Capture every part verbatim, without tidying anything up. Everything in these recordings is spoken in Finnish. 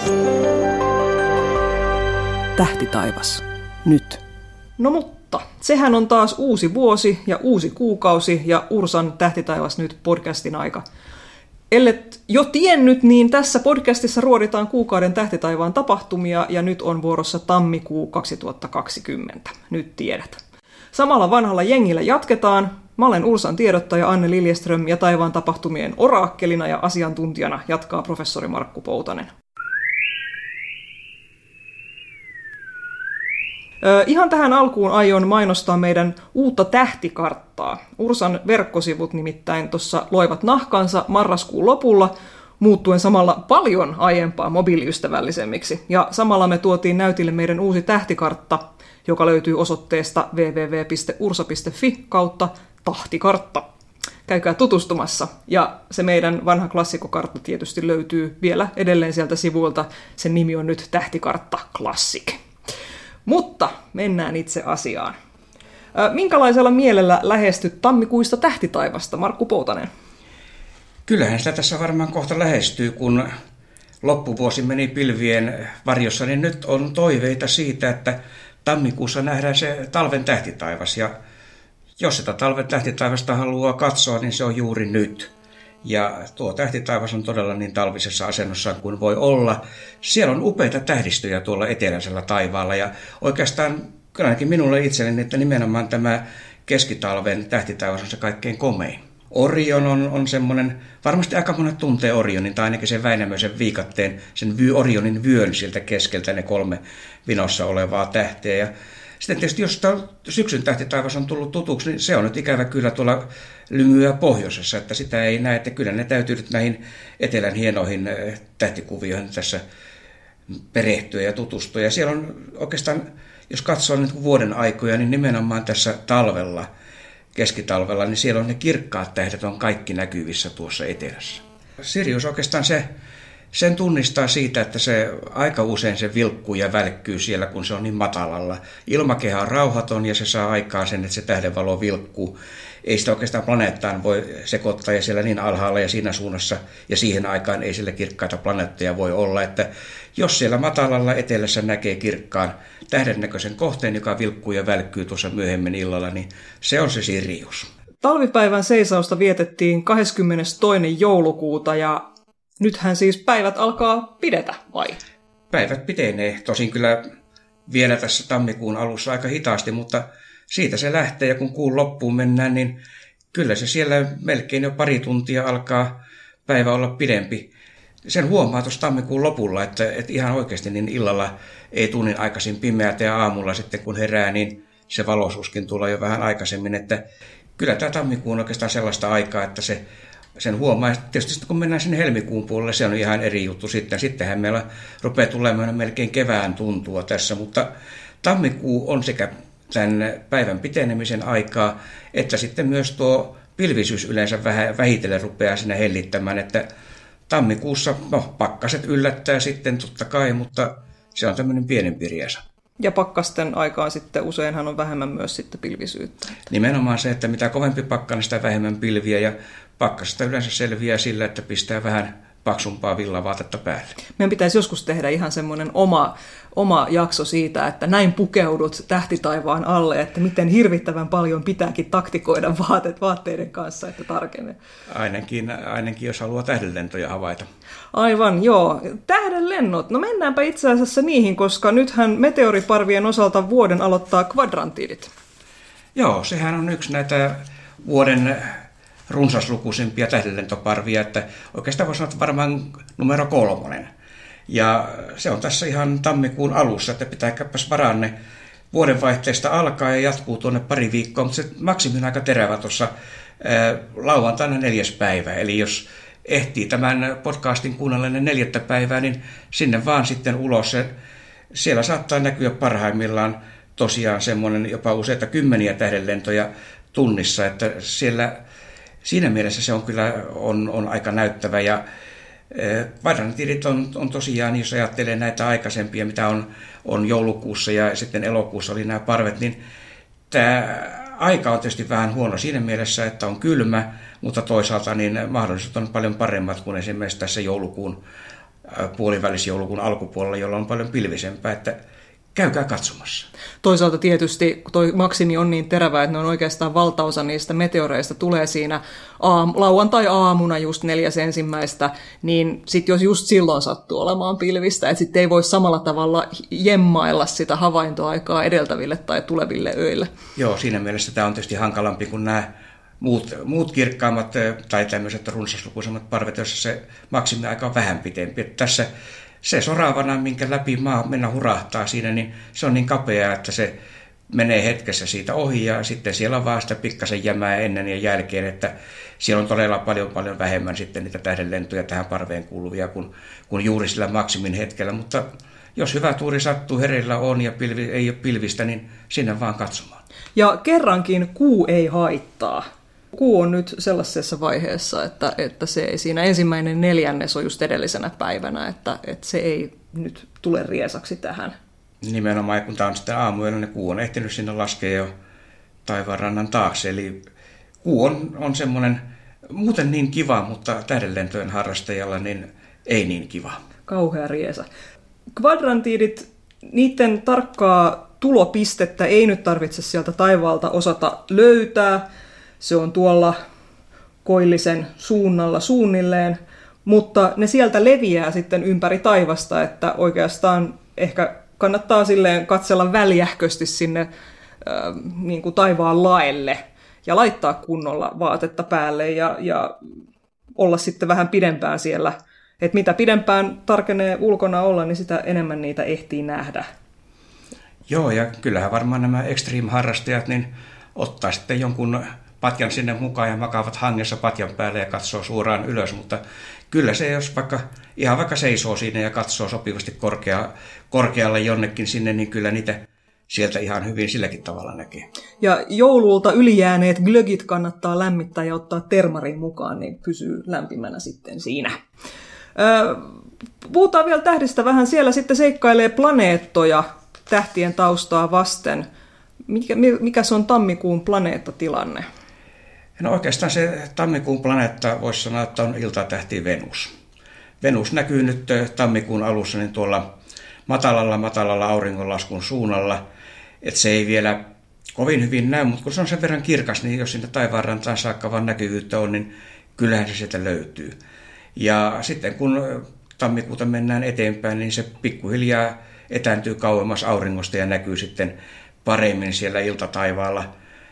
Tähtitaivas. Nyt. No mutta, sehän on taas uusi vuosi ja uusi kuukausi ja Ursan Tähtitaivas nyt podcastin aika. Ellet jo tiennyt, niin tässä podcastissa ruoditaan kuukauden tähtitaivaan tapahtumia ja nyt on vuorossa tammikuu kaksituhattakaksikymmentä. Nyt tiedät. Samalla vanhalla jengillä jatketaan. Mä olen Ursan tiedottaja Anne Liljeström ja taivaan tapahtumien oraakkelina ja asiantuntijana jatkaa professori Markku Poutanen. Ö, ihan tähän alkuun aion mainostaa meidän uutta tähtikarttaa. Ursan verkkosivut nimittäin tuossa loivat nahkansa marraskuun lopulla, muuttuen samalla paljon aiempaa mobiiliystävällisemmiksi. Ja samalla me tuotiin näytille meidän uusi tähtikartta, joka löytyy osoitteesta double-u double-u double-u piste ursa piste fi kautta tahtikartta. Käykää tutustumassa. Ja se meidän vanha klassikokartta tietysti löytyy vielä edelleen sieltä sivuilta. Sen nimi on nyt Tähtikartta Classic. Mutta mennään itse asiaan. Minkälaisella mielellä lähestyt tammikuista tähtitaivasta, Markku Poutanen? Kyllähän sitä tässä varmaan kohta lähestyy, kun loppuvuosi meni pilvien varjossa, niin nyt on toiveita siitä, että tammikuussa nähdään se talven tähtitaivas. Ja jos sitä talven tähtitaivasta haluaa katsoa, niin se on juuri nyt. Ja tuo tähtitaivas on todella niin talvisessa asennossa kuin voi olla. Siellä on upeita tähdistöjä tuolla eteläisellä taivaalla ja oikeastaan kylläkin minulle itselleni, että nimenomaan tämä keskitalven tähtitaivas on se kaikkein komein. Orion on, on semmoinen, varmasti aika monet tuntee Orionin tai ainakin sen Väinämöisen viikatteen, sen vy, Orionin vyön siltä keskeltä ne kolme vinossa olevaa tähteä. Ja sitten tietysti jos syksyn tähtitaivas on tullut tutuksi, niin se on nyt ikävä kyllä tuolla lymyä pohjoisessa, että sitä ei näe, että kyllä ne täytyy nyt näihin etelän hienoihin tähtikuvioihin tässä perehtyä ja tutustua. Ja siellä on oikeastaan, jos katsoo nyt vuoden aikoja, niin nimenomaan tässä talvella, keskitalvella, niin siellä on ne kirkkaat tähdet on kaikki näkyvissä tuossa etelässä. Sirius oikeastaan se, sen tunnistaa siitä, että se aika usein se vilkkuu ja välkkyy siellä, kun se on niin matalalla. Ilmakehä on rauhaton ja se saa aikaan sen, että se tähdenvalo vilkkuu. Ei sitä oikeastaan planeettaan voi sekoittaa ja siellä niin alhaalla ja siinä suunnassa ja siihen aikaan ei sillä kirkkaita planeettoja voi olla. Että jos siellä matalalla etelässä näkee kirkkaan tähdennäköisen kohteen, joka vilkkuu ja välkkyy tuossa myöhemmin illalla, niin se on se Sirius. Talvipäivän seisausta vietettiin kahdeskymmenestoinen joulukuuta ja nythän siis päivät alkaa pidetä, vai? Päivät pitenee, tosin kyllä vielä tässä tammikuun alussa aika hitaasti, mutta siitä se lähtee ja kun kuun loppuun mennään, niin kyllä se siellä melkein jo pari tuntia alkaa päivä olla pidempi. Sen huomaa tuossa tammikuun lopulla, että, että ihan oikeasti niin illalla ei tunnin aikaisin pimeätä ja aamulla sitten kun herää, niin se valoisuuskin tulee jo vähän aikaisemmin. Että kyllä tämä tammikuu on oikeastaan sellaista aikaa, että se sen huomaa. Tietysti sitten kun mennään sinne helmikuun puolelle, se on ihan eri juttu sitten. Sittenhän meillä rupeaa tulemaan melkein kevään tuntua tässä, mutta tammikuu on sekä tämän päivän pitenemisen aikaa, että sitten myös tuo pilvisyys yleensä vähän vähitellen rupeaa sinne hellittämään, että tammikuussa no, pakkaset yllättää sitten totta kai, mutta se on tämmöinen pienempi riesa. Ja pakkasten aikaan sitten useinhan on vähemmän myös sitten pilvisyyttä. Nimenomaan se, että mitä kovempi pakkanen, sitä vähemmän pilviä ja pakkasesta yleensä selviää sillä, että pistää vähän paksumpaa villavaatetta päälle. Meidän pitäisi joskus tehdä ihan semmoinen oma, oma jakso siitä, että näin pukeudut tähtitaivaan alle, että miten hirvittävän paljon pitääkin taktikoida vaatet, vaatteiden kanssa, että tarkenee. Ainakin, ainakin jos haluaa tähdenlentoja havaita. Aivan, joo. Tähdenlennot. No mennäänpä itse asiassa niihin, koska nythän meteoriparvien osalta vuoden aloittaa kvadrantiidit. Joo, sehän on yksi näitä vuoden runsaslukuisimpia tähdenlentoparvia, että oikeastaan voisi sanoa, että varmaan numero kolmonen. Ja se on tässä ihan tammikuun alussa, että pitääkäpäs varanne vuodenvaihteesta alkaa ja jatkuu tuonne pari viikkoa, mutta se maksimi on aika terävä tuossa lauantaina neljäs päivä. Eli jos ehtii tämän podcastin kuunnella neljättä päivää, niin sinne vaan sitten ulos. Se, siellä saattaa näkyä parhaimmillaan tosiaan semmoinen jopa useita kymmeniä tähdenlentoja tunnissa, että siellä siinä mielessä se on kyllä on, on aika näyttävä ja kvadrantiidit on, on tosiaan, jos ajattelee näitä aikaisempia, mitä on, on joulukuussa ja sitten elokuussa oli nämä parvet, niin tämä aika on tietysti vähän huono siinä mielessä, että on kylmä, mutta toisaalta niin mahdollisuudet on paljon paremmat kuin esimerkiksi tässä joulukuun puolivälisjoulukuun alkupuolella, jolla on paljon pilvisempää, että käykää katsomassa. Toisaalta tietysti toi maksimi on niin terävä, että ne on oikeastaan valtaosa niistä meteoreista tulee siinä aam, lauantai-aamuna just neljäs ensimmäistä, niin sitten jos just silloin sattuu olemaan pilvistä, että sitten ei voi samalla tavalla jemmailla sitä havaintoaikaa edeltäville tai tuleville öille. Joo, siinä mielessä tämä on tietysti hankalampi kuin nämä muut, muut kirkkaammat tai tämmöiset runsaslukuisemmat parvet, joissa se maksimiaika on vähän pitempi. Että tässä se soravana, minkä läpi maa mennä hurahtaa siinä, niin se on niin kapea, että se menee hetkessä siitä ohi ja sitten siellä on vaan sitä pikkasen jämää ennen ja jälkeen, että siellä on todella paljon paljon vähemmän sitten niitä tähdenlentoja tähän parveen kuuluvia kuin, kuin juuri sillä maksimin hetkellä, mutta jos hyvä tuuri sattuu, hereillä on ja pilvi, ei ole pilvistä, niin sinne vaan katsomaan. Ja kerrankin kuu ei haittaa. Kuu on nyt sellaisessa vaiheessa, että, että se ei siinä ensimmäinen neljännes on just edellisenä päivänä, että, että se ei nyt tule riesaksi tähän. Nimenomaan, kun tämä on sitten aamuyöllä, niin kuu on ehtinyt sinne laskea jo taivaanrannan taakse. Eli kuu on, on semmoinen muuten niin kiva, mutta tähdenlentojen harrastajalla niin ei niin kiva. Kauhea riesa. Kvadrantiidit, niiden tarkkaa tulopistettä ei nyt tarvitse sieltä taivaalta osata löytää. Se on tuolla koillisen suunnalla suunnilleen, mutta ne sieltä leviää sitten ympäri taivasta, että oikeastaan ehkä kannattaa silleen katsella väljähkösti sinne äh, niin kuin taivaan laelle ja laittaa kunnolla vaatetta päälle ja, ja olla sitten vähän pidempään siellä. Et mitä pidempään tarkenee ulkona olla, niin sitä enemmän niitä ehtii nähdä. Joo, ja kyllähän varmaan nämä extreme-harrastajat niin ottaa sitten jonkun patjan sinne mukaan ja makaavat hangessa patjan päälle ja katsoo suoraan ylös, mutta kyllä se, jos vaikka ihan vaikka seisoo siinä ja katsoo sopivasti korkea, korkealle jonnekin sinne, niin kyllä niitä sieltä ihan hyvin silläkin tavalla näkee. Ja joululta ylijääneet glögit kannattaa lämmittää ja ottaa termarin mukaan, niin pysyy lämpimänä sitten siinä. Öö, puhutaan vielä tähdistä vähän. Siellä sitten seikkailee planeettoja tähtien taustaa vasten. Mikä, mikä se on tammikuun planeettatilanne? No oikeastaan se tammikuun planeetta voisi sanoa, että on iltatähti Venus. Venus näkyy nyt tammikuun alussa niin tuolla matalalla matalalla auringonlaskun suunnalla. Että se ei vielä kovin hyvin näy, mutta kun se on sen verran kirkas, niin jos sinne taivaanrantaan saakka vaan näkyvyyttä on, niin kyllähän se sieltä löytyy. Ja sitten kun tammikuuta mennään eteenpäin, niin se pikkuhiljaa etääntyy kauemmas auringosta ja näkyy sitten paremmin siellä iltataivaalla.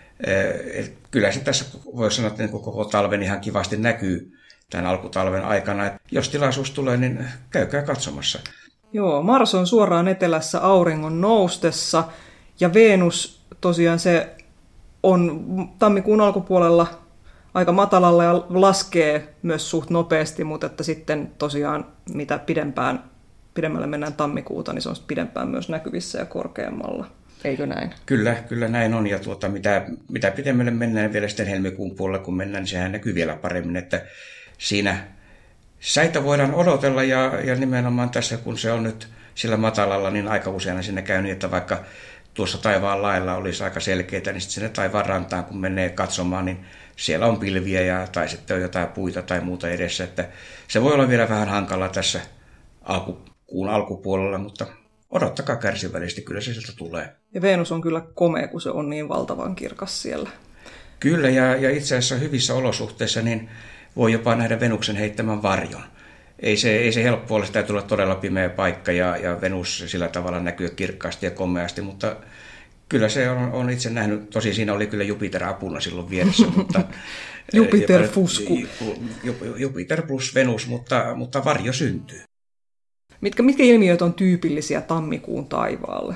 Kyllä se tässä voi sanoa, että koko talven ihan kivasti näkyy tämän alkutalven aikana. Että jos tilaisuus tulee, niin käykää katsomassa. Joo, Mars on suoraan etelässä auringon noustessa ja Venus tosiaan se on tammikuun alkupuolella aika matalalla ja laskee myös suht nopeasti, mutta että sitten tosiaan mitä pidempään, pidemmälle mennään tammikuuta, niin se on pidempään myös näkyvissä ja korkeammalla. Eikö näin? Kyllä, kyllä näin on. Ja tuota, mitä, mitä pidemmälle mennään vielä sitten helmikuun puolella, kun mennään, niin sehän näkyy vielä paremmin, että siinä säitä voidaan odotella ja, ja nimenomaan tässä, kun se on nyt sillä matalalla, niin aika usein siinä käy niin, että vaikka tuossa taivaan lailla olisi aika selkeitä, niin sitten sinne taivaan rantaan, kun menee katsomaan, niin siellä on pilviä ja, tai sitten on jotain puita tai muuta edessä, että se voi olla vielä vähän hankala tässä alku, kuun alkupuolella, mutta odottakaa kärsivällisesti, kyllä se sieltä tulee. Ja Venus on kyllä komea, kun se on niin valtavan kirkas siellä. Kyllä, ja, ja itse asiassa hyvissä olosuhteissa niin voi jopa nähdä Venuksen heittämän varjon. Ei se, ei se helppo ole, sitä täytyy olla todella pimeä paikka, ja, ja Venus sillä tavalla näkyy kirkkaasti ja komeasti, mutta kyllä se on, on itse nähnyt, tosi siinä oli kyllä Jupiter apuna silloin vieressä, mutta Jupiter fusku. Jupiter plus Venus, mutta, mutta varjo syntyy. Mitkä, mitkä ilmiöt on tyypillisiä tammikuun taivaalle?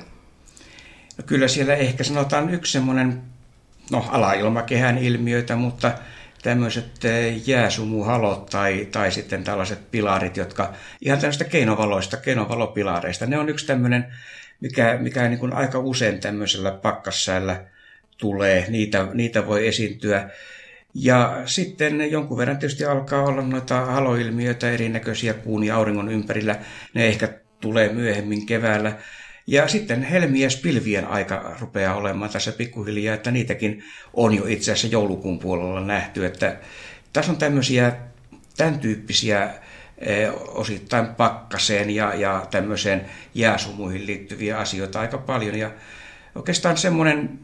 No kyllä siellä ehkä sanotaan yksi semmoinen, no alailmakehän ilmiöitä, mutta tämmöiset jääsumuhalot tai, tai sitten tällaiset pilarit, jotka ihan tämmöistä keinovaloista, keinovalopilareista, ne on yksi tämmöinen, mikä, mikä niin kuin aika usein tämmöisellä pakkassäällä tulee, niitä, niitä voi esiintyä. Ja sitten jonkun verran tietysti alkaa olla noita haloilmiöitä erinäköisiä kuun ja auringon ympärillä. Ne ehkä tulee myöhemmin keväällä. Ja sitten helmiäispilvien aika rupeaa olemaan tässä pikkuhiljaa, että niitäkin on jo itse asiassa joulukuun puolella nähty. Että tässä on tämmöisiä tämän tyyppisiä osittain pakkaseen ja, ja tämmöiseen jääsumuihin liittyviä asioita aika paljon. Ja oikeastaan semmoinen,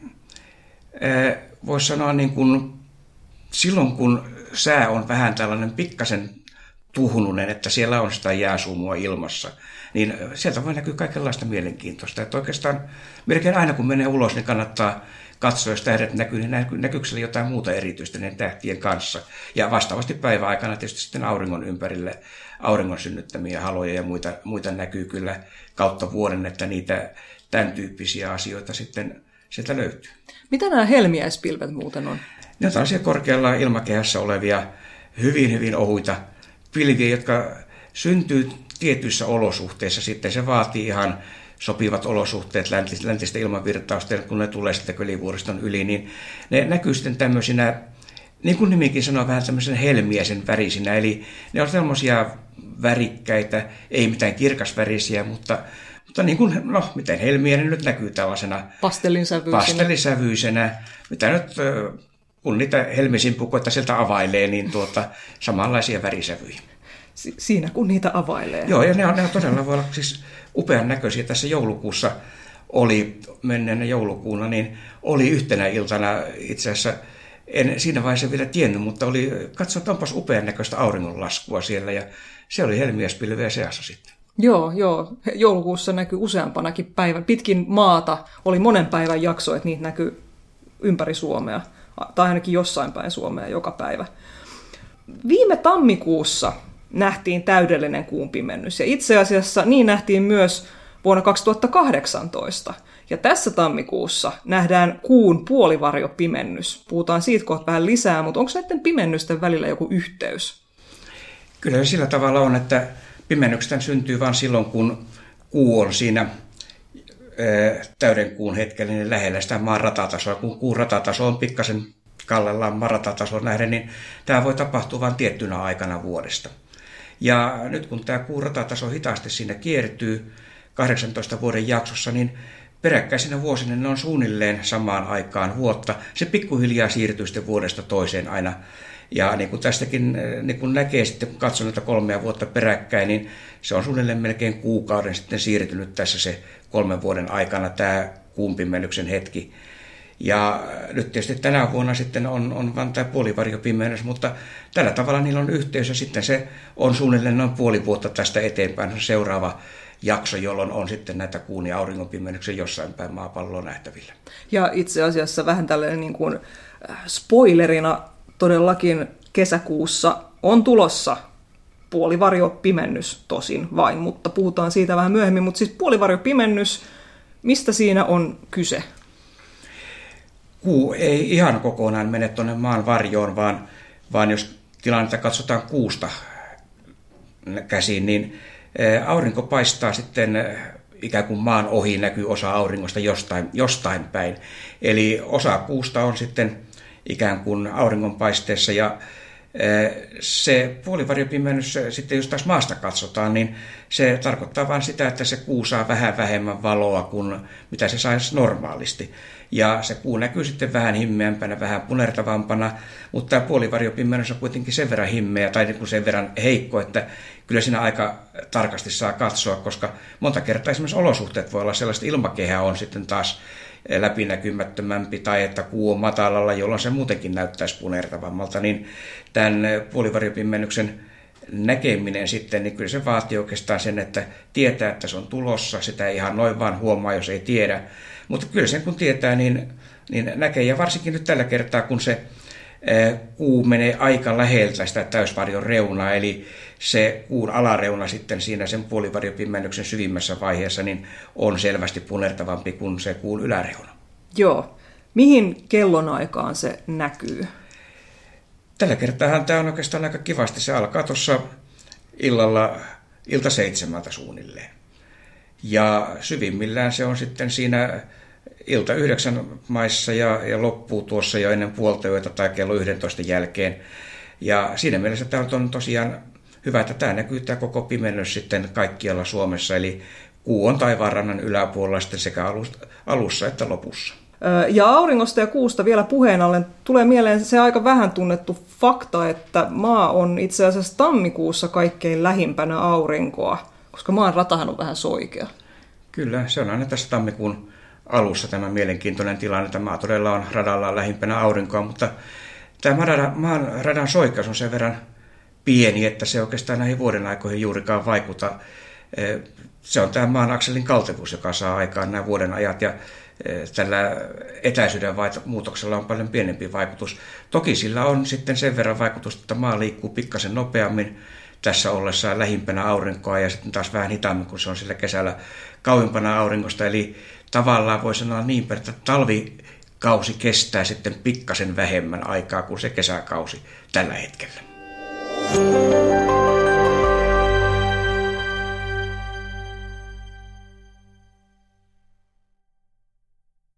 voisi sanoa niin kuin, silloin kun sää on vähän tällainen pikkasen tuhnunen, että siellä on sitä jääsumua ilmassa, niin sieltä voi näkyä kaikenlaista mielenkiintoista. Että oikeastaan melkein aina kun menee ulos, niin kannattaa katsoa, jos tähdet näkyy, niin näkyykö siellä jotain muuta erityistä ne tähtien kanssa. Ja vastaavasti päiväaikana tietysti sitten auringon ympärille auringon synnyttämiä haloja ja muita, muita näkyy kyllä kautta vuoden, että niitä tämän tyyppisiä asioita sitten sieltä löytyy. Mitä nämä helmiäispilvet muuten on? Ne on tällaisia korkealla ilmakehässä olevia hyvin, hyvin ohuita pilviä, jotka syntyy tietyissä olosuhteissa. Sitten se vaatii ihan sopivat olosuhteet läntistä ilmavirtausta, kun ne tulee sitten Kölivuoriston yli, niin ne näkyy sitten tämmöisinä, niin kuin nimikin sanoo, vähän tämmöisen helmiäisen värisinä. Eli ne on semmoisia värikkäitä, ei mitään kirkasvärisiä, mutta, mutta niin kuin, no, miten helmiä ne nyt näkyy tällaisena pastellinsävyisenä. pastellinsävyisenä, mitä nyt, kun niitä helmisimpukoita sieltä availee, niin tuota, samanlaisia värisävyjä. Si- siinä kun niitä availee. Joo, ja ne on, ne on todella voi olla siis upean näköisiä. Tässä joulukuussa oli, menneenä joulukuuna, niin oli yhtenä iltana itse asiassa, en siinä vaiheessa vielä tiennyt, mutta oli, katsoin, onpas upean näköistä auringonlaskua siellä, ja se oli helmiäispilveä seassa sitten. Joo, joo. Joulukuussa näkyy useampanakin päivän. Pitkin maata oli monen päivän jakso, että niitä näkyy ympäri Suomea, tai ainakin jossain päin Suomea joka päivä. Viime tammikuussa nähtiin täydellinen kuun pimennys, ja itse asiassa niin nähtiin myös vuonna kaksituhattakahdeksantoista. Ja tässä tammikuussa nähdään kuun puolivarjopimennys. Puhutaan siitä kohta vähän lisää, mutta onko näiden pimennysten välillä joku yhteys? Kyllä se sillä tavalla on, että pimennykset syntyy vain silloin, kun kuu on siinä täyden kuun hetkellä niin lähellä sitä maan ratatasoa. Kun kuun ratataso on pikkasen kallellaan maan ratatasoon nähden, niin tämä voi tapahtua vain tiettynä aikana vuodesta. Ja nyt kun tämä kuun ratataso hitaasti siinä kiertyy kahdeksantoista vuoden jaksossa, niin peräkkäisinä vuosina ne on suunnilleen samaan aikaan vuotta. Se pikkuhiljaa siirtyy sitten vuodesta toiseen aina. Ja niin kuin tästäkin niin kuin näkee sitten, kun katsoo näitä kolmea vuotta peräkkäin, niin se on suunnilleen melkein kuukauden sitten siirtynyt tässä se kolmen vuoden aikana tämä kuun pimennyksen hetki. Ja nyt tietysti tänä vuonna sitten on, on vain tämä puolivarjopimennys, mutta tällä tavalla niillä on yhteys ja sitten se on suunnilleen noin puoli vuotta tästä eteenpäin seuraava jakso, jolloin on sitten näitä kuun ja auringon pimennyksen jossain päin maapalloa nähtävillä. Ja itse asiassa vähän tällainen niin kuin spoilerina todellakin kesäkuussa on tulossa puolivarjopimennys tosin vain, mutta puhutaan siitä vähän myöhemmin. Mutta siis puolivarjopimennys, mistä siinä on kyse? Kuu ei ihan kokonaan mene tuonne maan varjoon, vaan, vaan jos tilannetta katsotaan kuusta käsin, niin aurinko paistaa sitten ikään kuin maan ohi, näkyy osa auringosta jostain, jostain päin. Eli osa kuusta on sitten ikään kuin auringonpaisteessa ja se puolivarjopimennys sitten, jos taas maasta katsotaan, niin se tarkoittaa vain sitä, että se kuu saa vähän vähemmän valoa kuin mitä se saisi normaalisti. Ja se kuu näkyy sitten vähän himmeämpänä, vähän punertavampana, mutta tämä puolivarjopimennys on kuitenkin sen verran himmeä tai sen verran heikko, että kyllä siinä aika tarkasti saa katsoa, koska monta kertaa esimerkiksi olosuhteet voi olla sellaista, ilmakehä on sitten taas läpinäkymättömämpi tai että kuu on matalalla, jolloin se muutenkin näyttäisi punertavammalta, niin tämän puolivarjopimennyksen näkeminen sitten, niin kyllä se vaatii oikeastaan sen, että tietää, että se on tulossa, sitä ei ihan noin vaan huomaa, jos ei tiedä, mutta kyllä sen kun tietää, niin, niin näkee, ja varsinkin nyt tällä kertaa, kun se kuu menee aika läheltä sitä täysvarjon reunaa, eli se kuun alareuna sitten siinä sen puolivarjopimennyksen syvimmässä vaiheessa niin on selvästi punertavampi kuin se kuun yläreuna. Joo. Mihin kellonaikaan se näkyy? Tällä kertaa tämä on oikeastaan aika kivasti. Se alkaa tuossa illalla ilta seitsemältä suunnilleen. Ja syvimmillään se on sitten siinä ilta yhdeksän maissa ja, ja loppuu tuossa jo ennen puolta yötä tai kello yhdentoista jälkeen. Ja siinä mielessä tämä on tosiaan hyvä, että tämä näkyy tämä koko pimennys sitten kaikkialla Suomessa. Eli kuu on taivaanrannan yläpuolella sitten sekä alussa että lopussa. Ja auringosta ja kuusta vielä puheen ollen tulee mieleen se aika vähän tunnettu fakta, että maa on itse asiassa tammikuussa kaikkein lähimpänä aurinkoa, koska maan ratahan on vähän soikea. Kyllä, se on aina tässä tammikuun alussa tämä mielenkiintoinen tilanne, että maa todella on radallaan lähimpänä aurinkoa, mutta tämä maan radan soikeus on sen verran pieni, että se oikeastaan näihin vuoden aikoihin juurikaan vaikuta. Se on tämä maan akselin kaltevuus, joka saa aikaan nämä vuoden ajat, ja tällä etäisyyden muutoksella on paljon pienempi vaikutus. Toki sillä on sitten sen verran vaikutusta, että maa liikkuu pikkasen nopeammin tässä ollessaan lähimpänä aurinkoa ja sitten taas vähän hitaammin, kun se on sillä kesällä kauimpana auringosta. Eli tavallaan voi sanoa niin, että talvikausi kestää sitten pikkasen vähemmän aikaa kuin se kesäkausi tällä hetkellä.